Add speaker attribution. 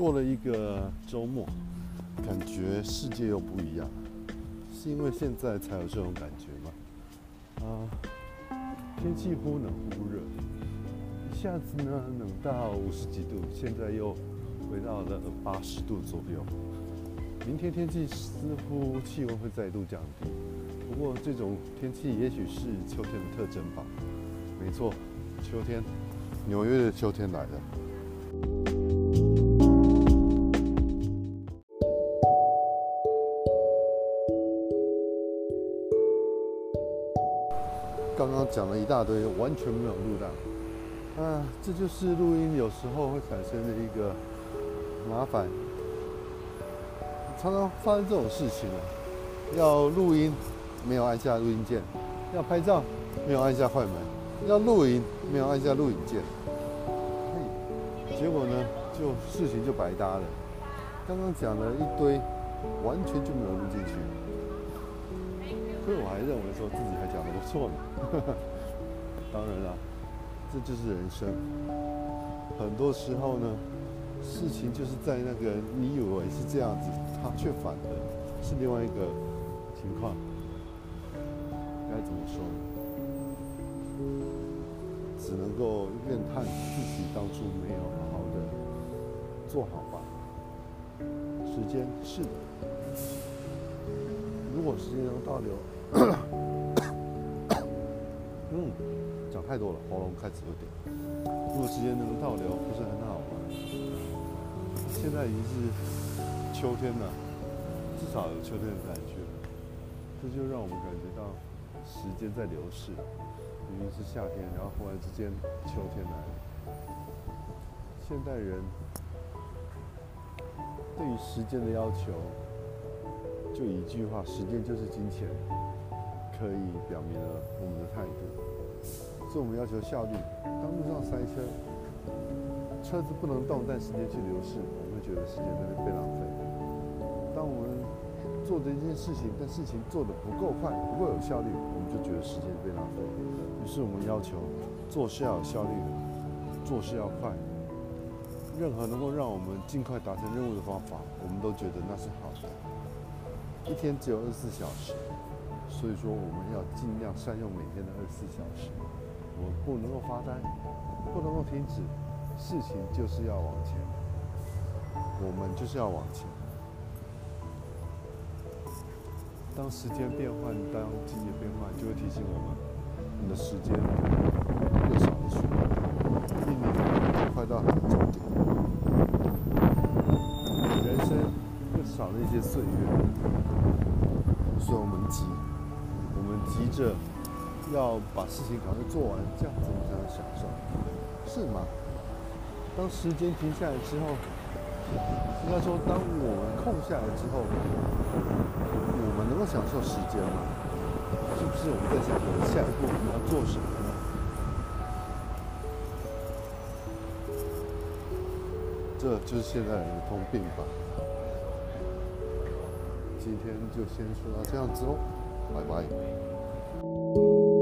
Speaker 1: 过了一个周末，感觉世界又不一样，是因为现在才有这种感觉吗？天气忽冷忽热，一下子呢冷到50几度，现在又回到了80度左右。明天天气似乎气温会再度降低，不过这种天气也许是秋天的特征吧。没错，秋天，纽约的秋天来了。刚刚讲了一大堆，完全没有录到。这就是录音有时候会产生的一个麻烦。常常发生这种事情要录音没有按下录音键，要拍照没有按下快门，要录影没有按下录影键，结果呢，事情就白搭了。刚刚讲了一堆，完全就没有录进去。所以我还认为说自己还讲得不错呢。当然啦，这就是人生。很多时候呢，事情就是在那个你以为是这样子，它却反的是另外一个情况。该怎么说呢？只能够怨叹自己当初没有好好的做好吧。时间是的，如果时间能倒流。讲太多了，喉咙开始有点。如果时间能倒流，不是很好吗？现在已经是秋天了，至少有秋天的感觉，这就让我们感觉到时间在流逝。明明是夏天，然后忽然之间秋天来了。现代人对于时间的要求，就一句话：时间就是金钱。可以表明了我们的态度，所以我们要求效率。当路上塞车，车子不能动，但时间却流逝，我们会觉得时间在那被浪费。当我们做着一件事情，但事情做得不够快、不够有效率，我们就觉得时间被浪费。于是我们要求做事要有效率，做事要快。任何能够让我们尽快达成任务的方法，我们都觉得那是好的。一天只有24小时。所以说，我们要尽量善用每天的24小时。我们不能够发呆，不能够停止，事情就是要往前，我们就是要往前。当时间变换，当季节变换，就会提醒我们，你的时间越少了许多，一年就快到它的终点，人生又少了一些岁月，所以我们急着要把事情赶快做完，这样子我们才能享受，是吗？当时间停下来之后，应该说，当我们空下来之后，我们能够享受时间吗？是不是我们在想下一步我们要做什么呢？这就是现代人的通病吧。今天就先说到这样子喽。拜拜。